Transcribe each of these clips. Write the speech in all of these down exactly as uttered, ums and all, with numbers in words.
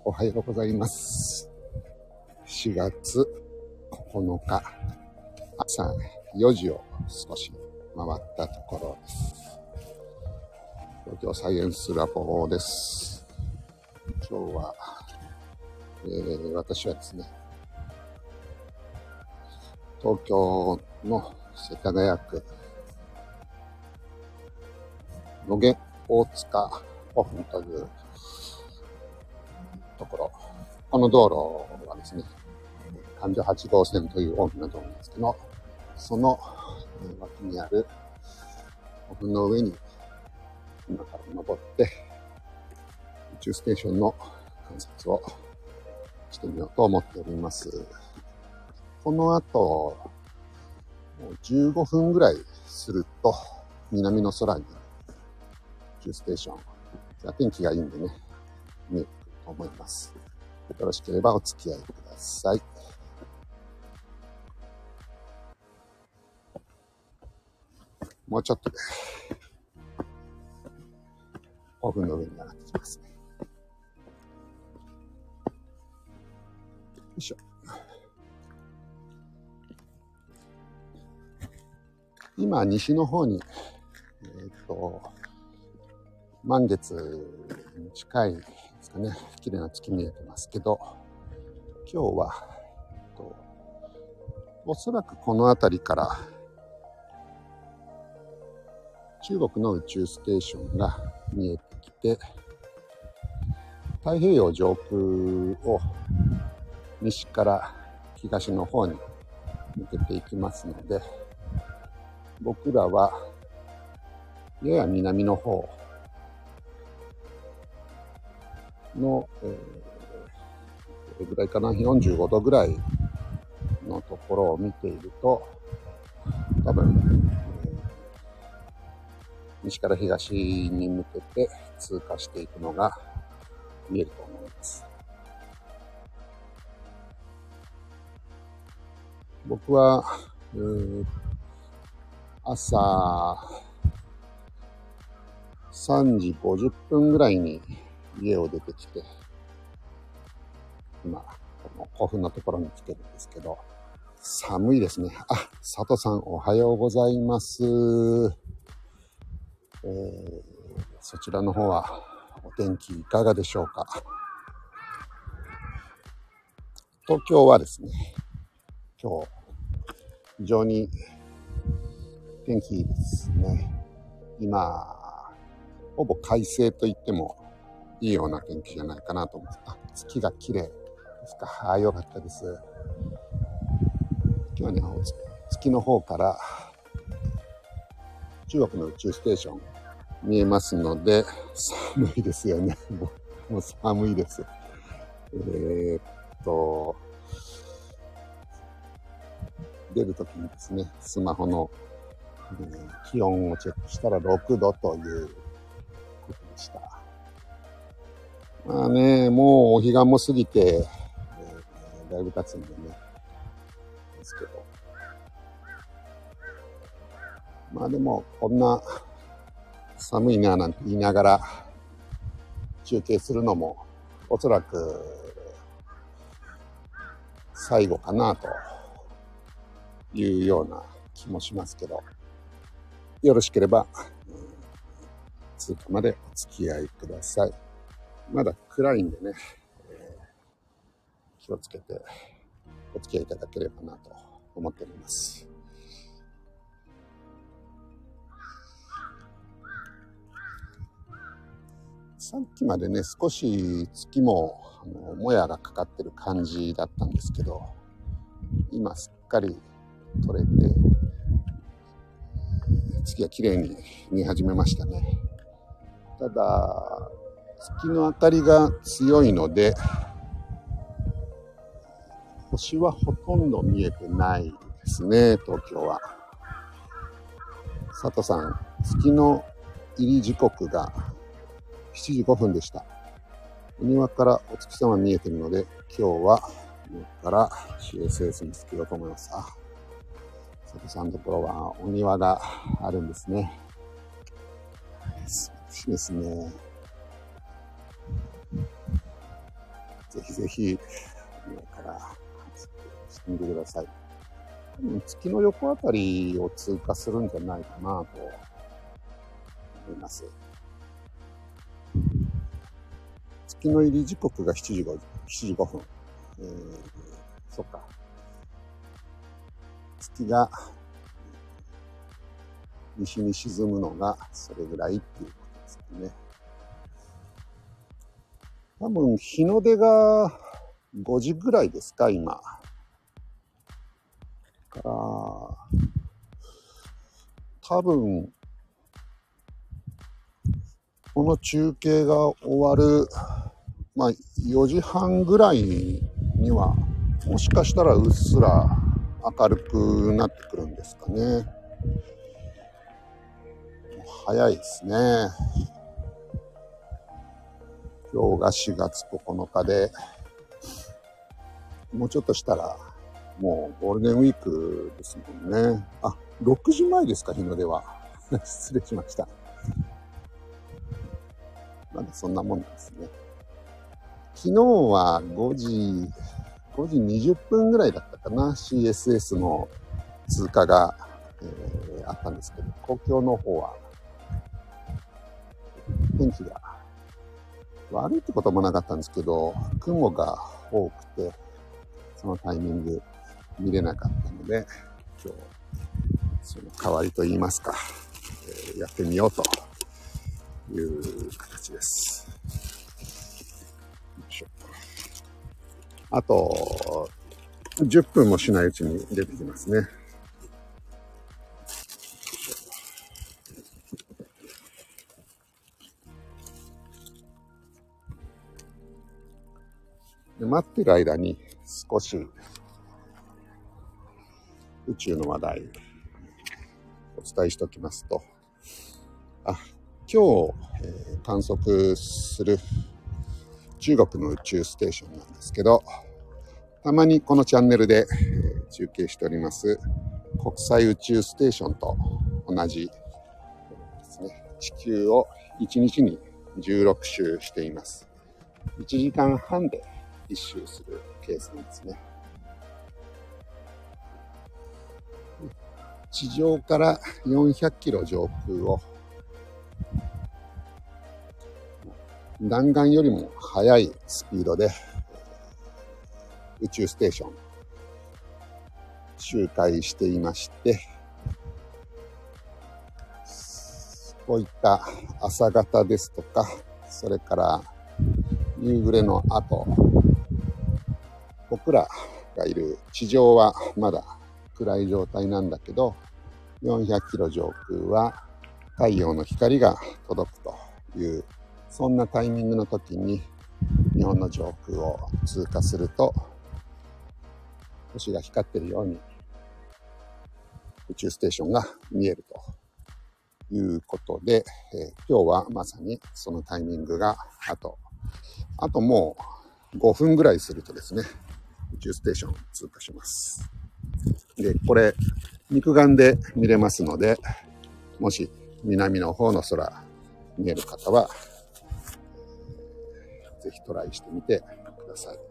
おはようございます。しがつここのか、朝よじを少し回ったところです。東京サイエンスラボです。今日は、えー、私はですね、東京の世田谷区野毛大塚古墳というところ、この道路はですね、環状はち号線という大きな道路なんですけど、その脇にある古墳の上に今から登って宇宙ステーションの観察をしてみようと思っております。この後じゅうごふんぐらいすると南の空に宇宙ステーション、天気がいいんでね、見えてくると思います。よろしければお付き合いください。もうちょっとで古墳の上に上がってきますね。よいしょ。今西の方にえっと満月に近いですかね、綺麗な月見えてますけど、今日は、えっと、おそらくこの辺りから中国の宇宙ステーションが見えてきて、太平洋上空を西から東の方に抜けていきますので、僕らはやや南の方の、えー、どれぐらいかな、よんじゅうごどぐらいのところを見ていると、多分、えー、西から東に向けて通過していくのが見えると思います。僕は、えー、朝さんじごじゅっぷんぐらいに家を出てきて、今、この古墳のところに来てるんですけど、寒いですね。あ、佐藤さんおはようございます。えー、そちらの方はお天気いかがでしょうか。東京はですね、今日非常に天気いいですね。今、ほぼ快晴と言ってもいいような天気じゃないかなと思います。あ、月が綺麗ですか。はい、よかったです。今日はね、月の方から中国の宇宙ステーション見えますので、寒いですよね。もう、もう寒いです。えー、っと、出るときにですね、スマホの、えー、気温をチェックしたらろくどということでした。まあね、もうお彼岸も過ぎて、えー、だいぶ経つんでね、ですけど。まあでも、こんな寒いななんて言いながら中継するのも、おそらく最後かなというような気もしますけど、よろしければ、通過までお付き合いください。まだ暗いんでね、えー、気をつけてお付き合いいただければなと思っております。さっきまでね、少し月もあのもやがかかってる感じだったんですけど、今すっかり取れて月が綺麗に見え始めましたね。ただ月の明かりが強いので星はほとんど見えてないですね、東京は。佐藤さん、月の入り時刻がしちじごふんでした。お庭からお月様見えてるので、今日はここから シーエスエス につけようと思います。あ、佐藤さんのところはお庭があるんですね。素晴らしいですね。 ぜひぜひ、上からしてみてください。月の横あたりを通過するんじゃないかなと思います。月の入り時刻がしちじごふん。えー、そっか。月が西に沈むのがそれぐらいっていうことですね。多分日の出がごじぐらいですか、今。から、多分、この中継が終わる、まあ、よじはんぐらいには、もしかしたらうっすら明るくなってくるんですかね。早いですね。今日がしがつここのかで、もうちょっとしたら、もうゴールデンウィークですもんね。あ、ろくじまえですか、日の出は。失礼しました。まだそんなもんなんですね。昨日はごじ、ごじにじゅっぷんぐらいだったかな。シーエスエス の通過が、えー、あったんですけど、東京の方は天気が悪いってこともなかったんですけど、雲が多くて、そのタイミング見れなかったので、今日、その代わりと言いますか、えー、やってみようという形です。よいしょ。あと、じゅっぷんもしないうちに出てきますね。で待ってる間に少し宇宙の話題お伝えしておきますと、あ、今日、えー、観測する中国の宇宙ステーションなんですけど、たまにこのチャンネルで、えー、中継しております国際宇宙ステーションと同じですね、地球をいちにちにじゅうろくしゅうしています。いちじかんはんでいっしゅうする計算ですね。地上からよんひゃくキロ上空を弾丸よりも速いスピードで宇宙ステーション周回していまして、こういった朝方ですとか、それから夕暮れの後、僕らがいる地上はまだ暗い状態なんだけど、よんひゃくキロ上空は太陽の光が届くという、そんなタイミングの時に日本の上空を通過すると、星が光ってるように宇宙ステーションが見えるということで、えー、今日はまさにそのタイミングがあと、あともうごふんぐらいするとですね、宇宙ステーション通過します。で、これ肉眼で見れますので、もし南の方の空見える方は、ぜひトライしてみてください。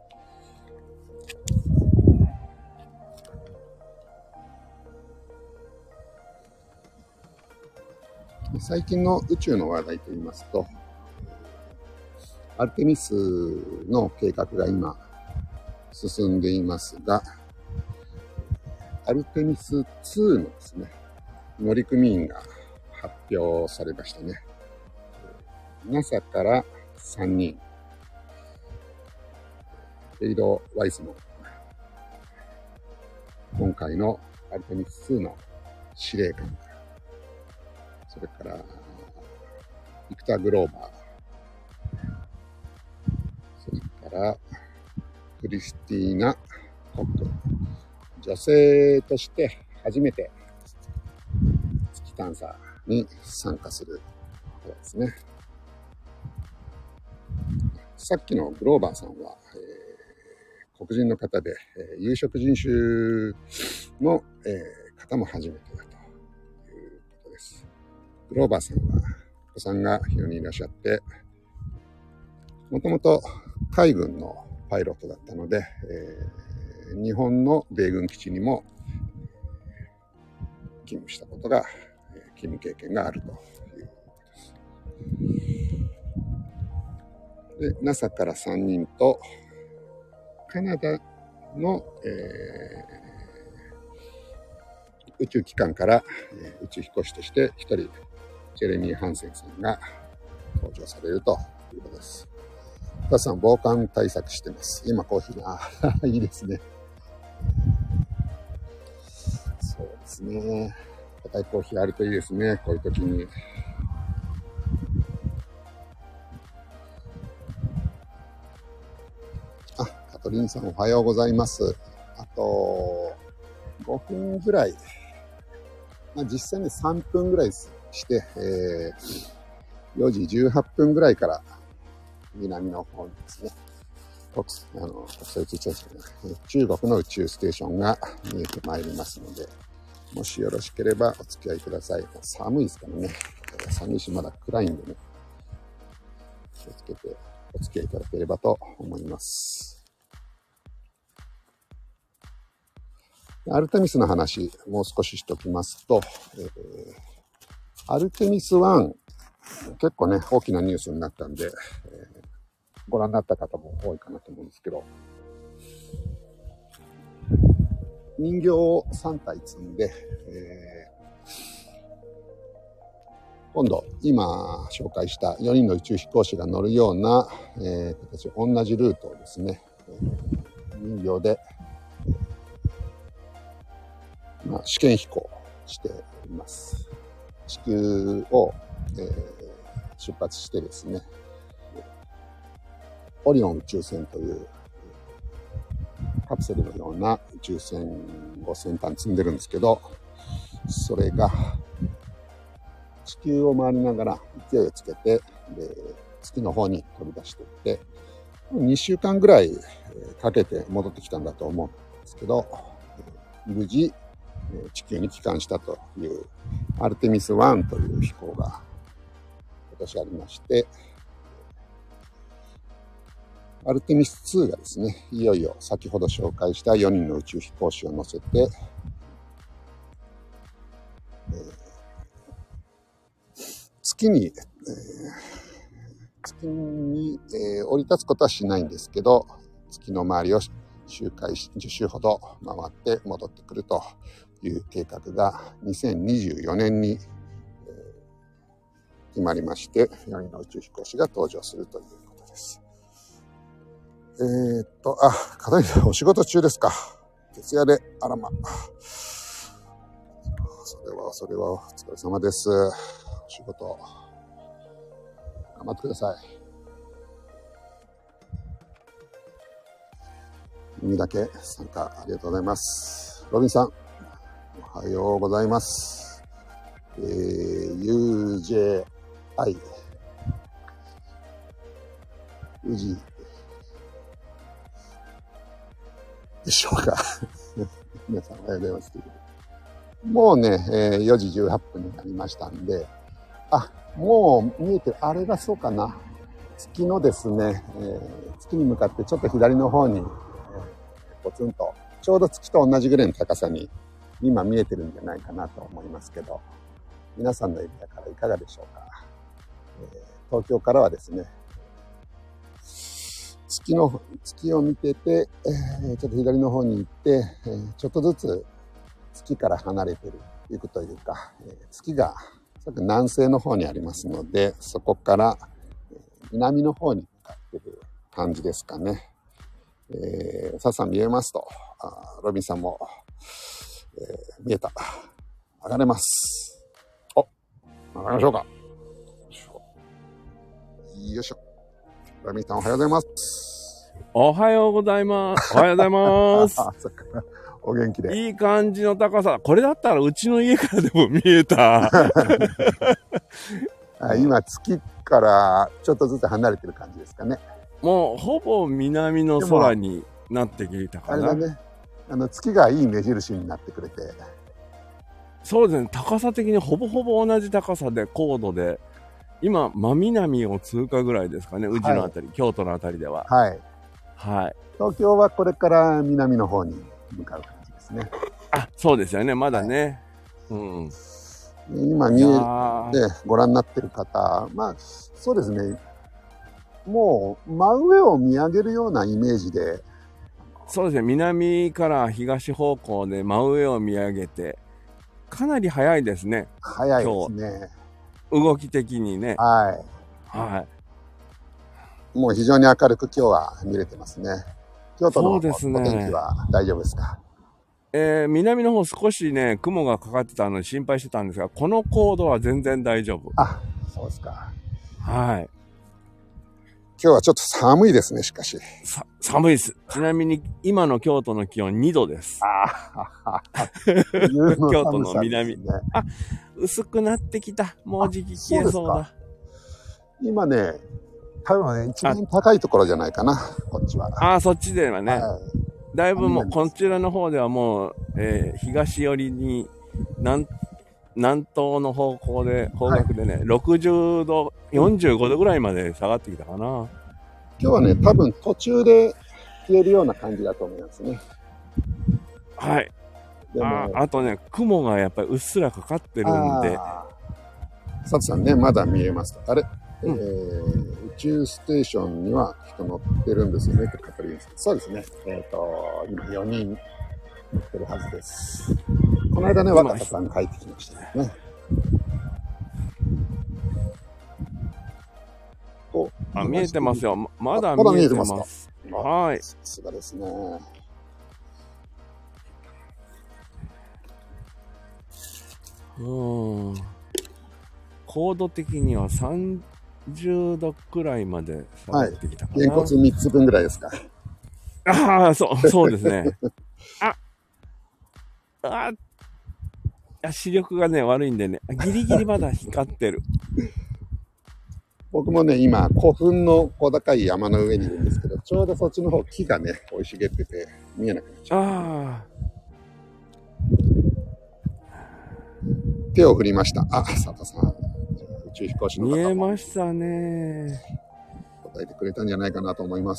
最近の宇宙の話題といいますと、アルテミスの計画が今進んでいますが、アルテミスツーのですね、乗組員が発表されましたね。ナサ からさんにん、ペイド・ワイスの今回のアルテミスツーの司令官、それからビクター・グローバー、それからクリスティーナ・コック、女性として初めて月探査に参加する方ですね。さっきのグローバーさんは、えー、黒人の方で、えー、有色人種の、えー、方も初めてだということです。グローバーさんはお子さんがよにんいらっしゃって、もともと海軍のパイロットだったので、えー、日本の米軍基地にも勤務したことが、勤務経験があるということです。で、ナサ からさんにんと、カナダの、えー、宇宙機関から、えー、宇宙飛行士としてひとり、ジェレミー・ハンセンさんが登場されるということです。皆さん、防寒対策してます。今、コーヒーが、いいですね。そうですね。硬いコーヒーあるといいですね。こういう時に。あ、カトリンさんおはようございます。あと、ごふんぐらい。まあ、実際にさんぷんぐらいして、えー、よじじゅうはっぷんぐらいから南の方にですね、国あの国際宇宙ステーション、中国の宇宙ステーションが見えてまいりますので、もしよろしければお付き合いください。寒いですからね。寒いしまだ暗いんでね。気をつけてお付き合いいただければと思います。アルテミスの話、もう少ししておきますと、えー、アルテミスワン、結構ね、大きなニュースになったんで、えー、ご覧になった方も多いかなと思うんですけど、人形をさんたい積んで、えー、今度、今紹介したよにんの宇宙飛行士が乗るような、えー、形、同じルートをですね、えー、人形で、まあ、試験飛行しています。地球を、えー、出発してですね、オリオン宇宙船というカプセルのような宇宙船を先端積んでるんですけど、それが地球を回りながら勢いをつけて、で月の方に飛び出していって、にしゅうかんぐらいかけて戻ってきたんだと思うんですけど、無事地球に帰還したというアルテミスワンという飛行が今年ありまして、アルテミスツーがですね、いよいよ先ほど紹介したよにんの宇宙飛行士を乗せて、えー、月に、えー、月に、えー、降り立つことはしないんですけど、月の周りを周回しじゅっしゅうほど回って戻ってくるという計画がにせんにじゅうよねんに、えー、決まりまして、よにんの宇宙飛行士が登場するということです。えー、っと、あ、片桐さんお仕事中ですか。徹夜で、あらま。それは、それはお疲れ様です。お仕事、頑張ってください。耳だけ参加ありがとうございます。ロビンさん、おはようございます。えー、ユージェーアイ、宇治でしょうか。皆さんおはようございます。もうね、えー、よじじゅうはっぷんになりましたんで、あ、もう見えてる、あれがそうかな。月のですね、えー、月に向かってちょっと左の方に、えー、ポツンと、ちょうど月と同じぐらいの高さに今見えてるんじゃないかなと思いますけど、皆さんのエリアからいかがでしょうか。えー、東京からはですね、月の、月を見てて、えー、ちょっと左の方に行って、えー、ちょっとずつ月から離れてる、行くというか、えー、月が南西の方にありますので、そこから南の方に向かってる感じですかね。えー、さっさん見えますと、あロビンさんも、えー、見えた。上がれます。お、上がりましょうか。よいしょ。ロビンさんおはようございます。 おはようございます。おはようございます。 あ、そっか。お元気で。 いい感じの高さ。これだったらうちの家からでも見えた。 あ、今月からちょっとずつ離れてる感じですかね。 もうほぼ南の空になってきたかな。 あれだね。あの月がいい目印になってくれて。 そうですね。高さ的にほぼほぼ同じ高さで高度で今、真南を通過ぐらいですかね、宇治のあたり、はい、京都のあたりでは。 はい。 はい。 東京はこれから南の方に向かう感じですね。 あ、そうですよね、まだね。はい、うん。 今見えてご覧になってる方、まあ、そうですね。もう真上を見上げるようなイメージで。 そうですね、南から東方向で真上を見上げて、かなり早いですね。 早いですね。 動き的にね。 はい。 はい。 もう非常に明るく今日は見れてますね。京都のお天気は大丈夫ですか？ えー、南の方少しね、雲がかかってたので心配してたんですが、この高度は全然大丈夫。 あ、そうですか。 はい。 今日はちょっと寒いですね、しかし。 さ寒いです。ちなみに今の京都の気温にどです。 あ京都の南。あ、薄くなってきた。もうじき消えそうだ。 そう今ね、多分ね、一番高いところじゃないかな、こっちは。 ああ、そっちではね。はい、だいぶもう、こちらの方ではもう、えー、東寄りに南、南東の方向で、方角でね、はい、ろくじゅうど、よんじゅうごどぐらいまで下がってきたかな。今日はね、多分途中で消えるような感じだと思いますね。 はい。あ, あとね、雲がやっぱりうっすらかかってるんで。 佐藤さんね、まだ見えますと。あれ、うん、えー、宇宙ステーションには人乗ってるんですよねって語ります。そうですね。えっ、ー、と、今よにん乗ってるはずです。この間ね、若田さん帰ってきましたね。 お、あ、見えてますよ。まだ見えてます。まだ見えてますか？はい。 さすがですね。 うん。高度的にはさんじゅうどくらいまで下がってきたかな。 げんこつみっつぶんぐらいですか。 ああ、そう、そうですね。あああ、視力がね、悪いんでね、ギリギリまだ光ってる。 僕もね、今、古墳の小高い山の上にいるんですけど、ちょうどそっちの方、木がね、生い茂ってて、見えなくなっちゃう。 ああ。 手を振りました。あ、佐藤さん。宇宙飛行士の方も見えましたね。 答えてくれたんじゃないかなと思います。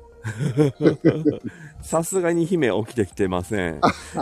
さすがに姫起きてきてません。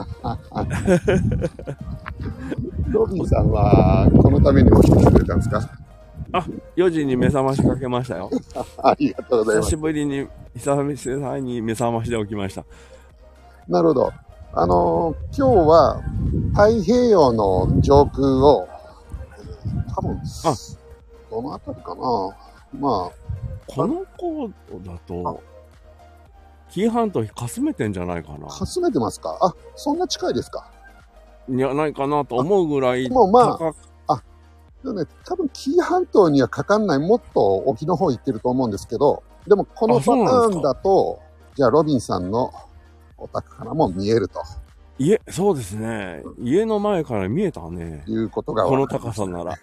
ロビンさんは、このために起きてきてくれたんですか？ あ、よじに目覚ましかけましたよ。 ありがとうございます。 久しぶりに、久々に目覚ましで起きました。 なるほど。あのー、今日は太平洋の上空を、多分、あ、どのあたりかな。まあ。 この高度だと、紀伊半島かすめてんじゃないかな。 かすめてますか？あ、そんな近いですか？ じゃないかなと思うぐらい高く。もうまあ、あ、でね、多分紀伊半島にはかかんない、もっと沖の方行ってると思うんですけど、でもこのパターンだと、じゃあロビンさんのお宅からも見えると。 家、そうですね。家の前から見えたね。 いうことがこの高さなら。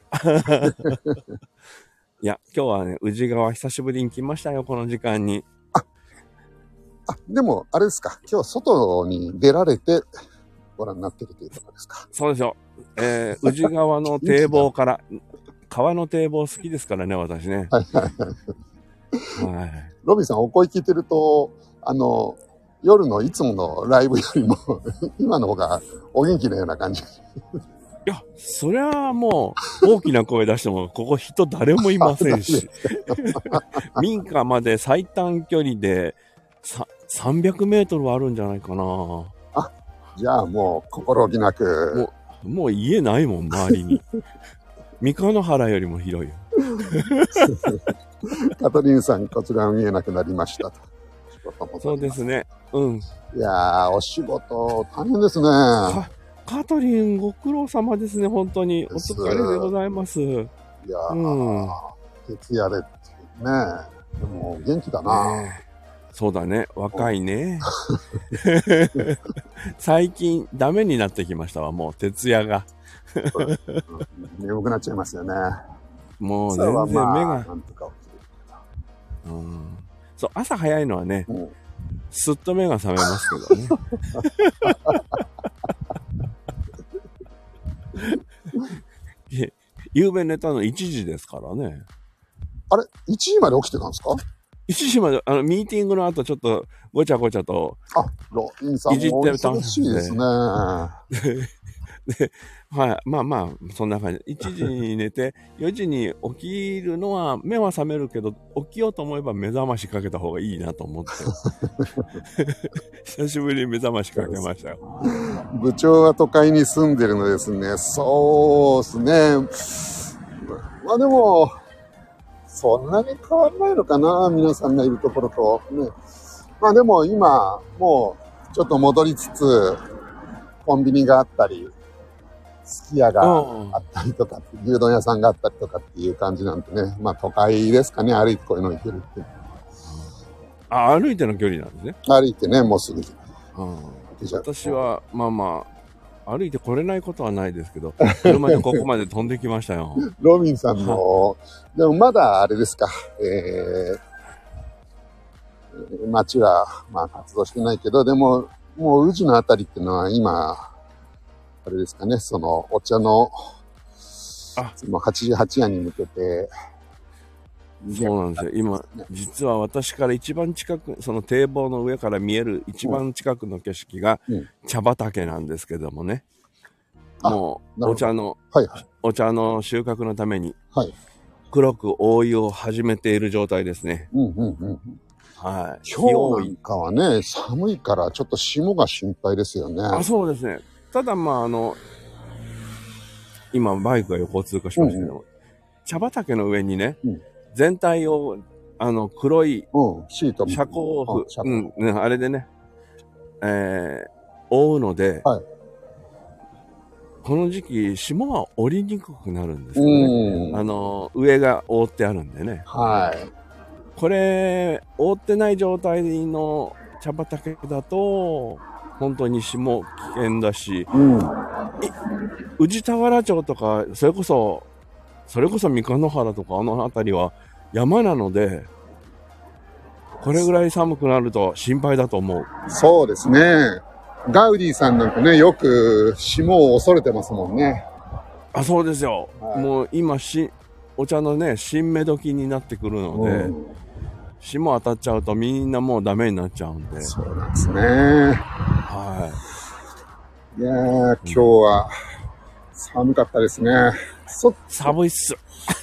いや、今日はね、宇治川久しぶりに来ましたよ、この時間に。 あ、あ、でも、あれですか。今日外に出られてご覧になってるということですか。 そうですよ。えー、宇治川の堤防から、川の堤防好きですからね、私ね。 はいはいはい。はい。ロビンさん、お声聞いてると、あの、夜のいつものライブよりも今の方がお元気なような感じ。いや、そりゃもう大きな声出してもここ人誰もいませんし民家まで最短距離でさんびゃくメートルはあるんじゃないかな。 あ、じゃあもう心置きなく。 もう、もう家ないもん、周りに。三日野原よりも広いよ。 カトリンさん、こちらは見えなくなりましたと。 そうですね。うん。 いやー、お仕事大変ですね。 カトリン、ご苦労様ですね、本当に。お疲れでございます。いやー、うん、徹夜でっていうね。でも、元気だな、ね。 そうだね、若いね。最近、ダメになってきましたわ、もう、徹夜が。 眠くなっちゃいますよね。 もう、全然目が。なんとか起きてる。うん。そう、朝早いのはね、うん、すっと目が覚めますけどね。 夕べ寝たのいちじですからね。 あれ ?いちじまで起きてたんですか？ いちじまで、あの、ミーティングの後ちょっとごちゃごちゃと、 あ、ロビンさんもお忙しいですね。 で、はい。まあまあ、そんな感じ。いちじに寝て、よじに起きるのは、目は覚めるけど、起きようと思えば目覚ましかけた方がいいなと思って。久しぶりに目覚ましかけましたよ。 部長は都会に住んでるのですね。そうですね。まあでも、そんなに変わらないのかな、皆さんがいるところと。ね、まあでも今、もうちょっと戻りつつ、コンビニがあったり、すき家があったりとか、牛丼屋さんがあったりとかっていう感じなんでね。まあ都会ですかね、歩いてこういうの行けるって。 あ、歩いての距離なんですね。 歩いてね、もうすぐ。 うん、私は、まあまあ、歩いて来れないことはないですけど、車でここまで飛んできましたよ。 ロビンさんの、でもまだあれですか、えー、街は、まあ活動してないけど、でも、もう宇治のあたりっていうのは今、あれですかね、そのお茶の、あ、そのはちじゅうはち夜に向けて、 そうなんですよ。今、実は私から一番近く、その堤防の上から見える一番近くの景色が茶畑なんですけどもね。うん、もう、お茶の、はいはい、お茶の収穫のために、黒く覆いを始めている状態ですね。 うんうんうん、 はい。 今日なんかはね、寒いからちょっと霜が心配ですよね。 あ、そうですね。ただまあ、あの、今バイクが横を通過しましたけども、うんうん、茶畑の上にね、うん、全体を、あの、黒い、 うん、シート遮光布、うん、ね、あれでね、えー、覆うので、はい、この時期、霜は降りにくくなるんですよね。あの、上が覆ってあるんでね。 はい。 これ、覆ってない状態の茶畑だと、本当に霜危険だし、うん、宇治田原町とか、それこそ、それこそ三日野原とかあの辺りは山なので、これぐらい寒くなると心配だと思う。 そうですね。ガウディさんなんかね、よく霜を恐れてますもんね。 あ、そうですよ。はい、もう今し、お茶のね、新芽時になってくるので、うん、霜当たっちゃうとみんなもうダメになっちゃうんで。 そうなんですね。はい。いやー、今日は寒かったですね。 そ寒いっす。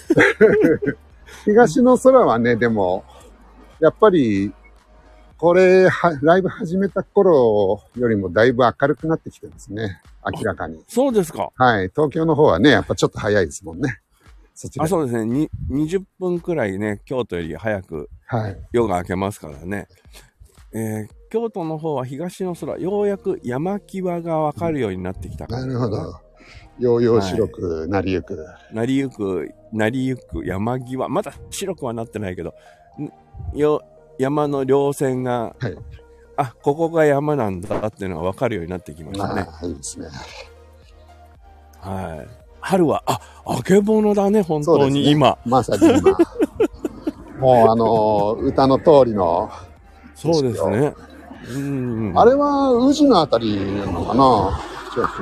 東の空はね、でも、やっぱり、これは、ライブ始めた頃よりもだいぶ明るくなってきてますね。明らかに。 そうですか。 はい。東京の方はね、やっぱちょっと早いですもんね。 そちら。あ、そうですね。ににじゅっぷんくらいね、京都より早く、夜が明けますからね。はい、えー、京都の方は東の空、ようやく山際がわかるようになってきたから、 うん。なるほど。ようよう白くなりゆく。 はい、なりゆく、なりゆく山際。まだ白くはなってないけど、よ山の稜線が、はい、あ、ここが山なんだっていうのが分かるようになってきましたね。 あ、いいですね。 はい。春は、あ、あけぼのだね、本当に今。ね、 まさに今。もうあのー、歌の通りの。 そうですね。 うん。あれは宇治のあたりなのかな。違う違う。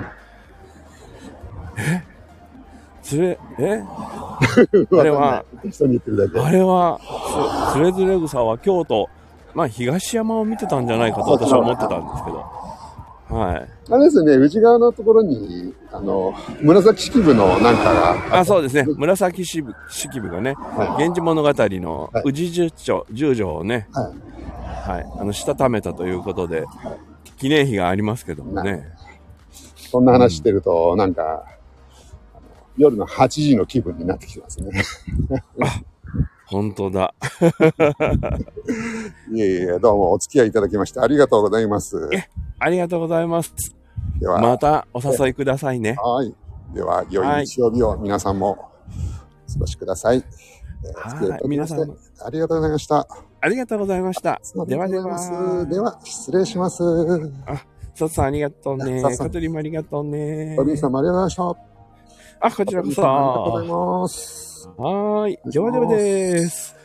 えつれ、えあれは、あれは、つれづれ草は京都、まあ東山を見てたんじゃないかと私は思ってたんですけど。はい。 あれですね、宇治川のところに、あの、紫式部のなんかが。 あ、そうですね。紫式部式部がね、はい、源氏物語の宇治十条、十条をね、はい。はい。あの、したためたということで、はい、記念碑がありますけどもね。 そんな話してると、うん、なんか、夜のはちじの気分になってきてますね。 あ、本当だ。 いえいえ、どうもお付き合いいただきましてありがとうございます。 え、ありがとうございます。では、またお誘いくださいね。 はい。では、良い日曜日を皆さんもお過ごしください。 はい、皆さん。 ありがとうございました。 ありがとうございました。ではでは。 では、失礼します。 あ、ソツさんありがとうね。カトリもありがとうね。 ロビンさんもありがとうございました。 あ、こちらこそ。 ありがとうございます。 はーい。ではではです。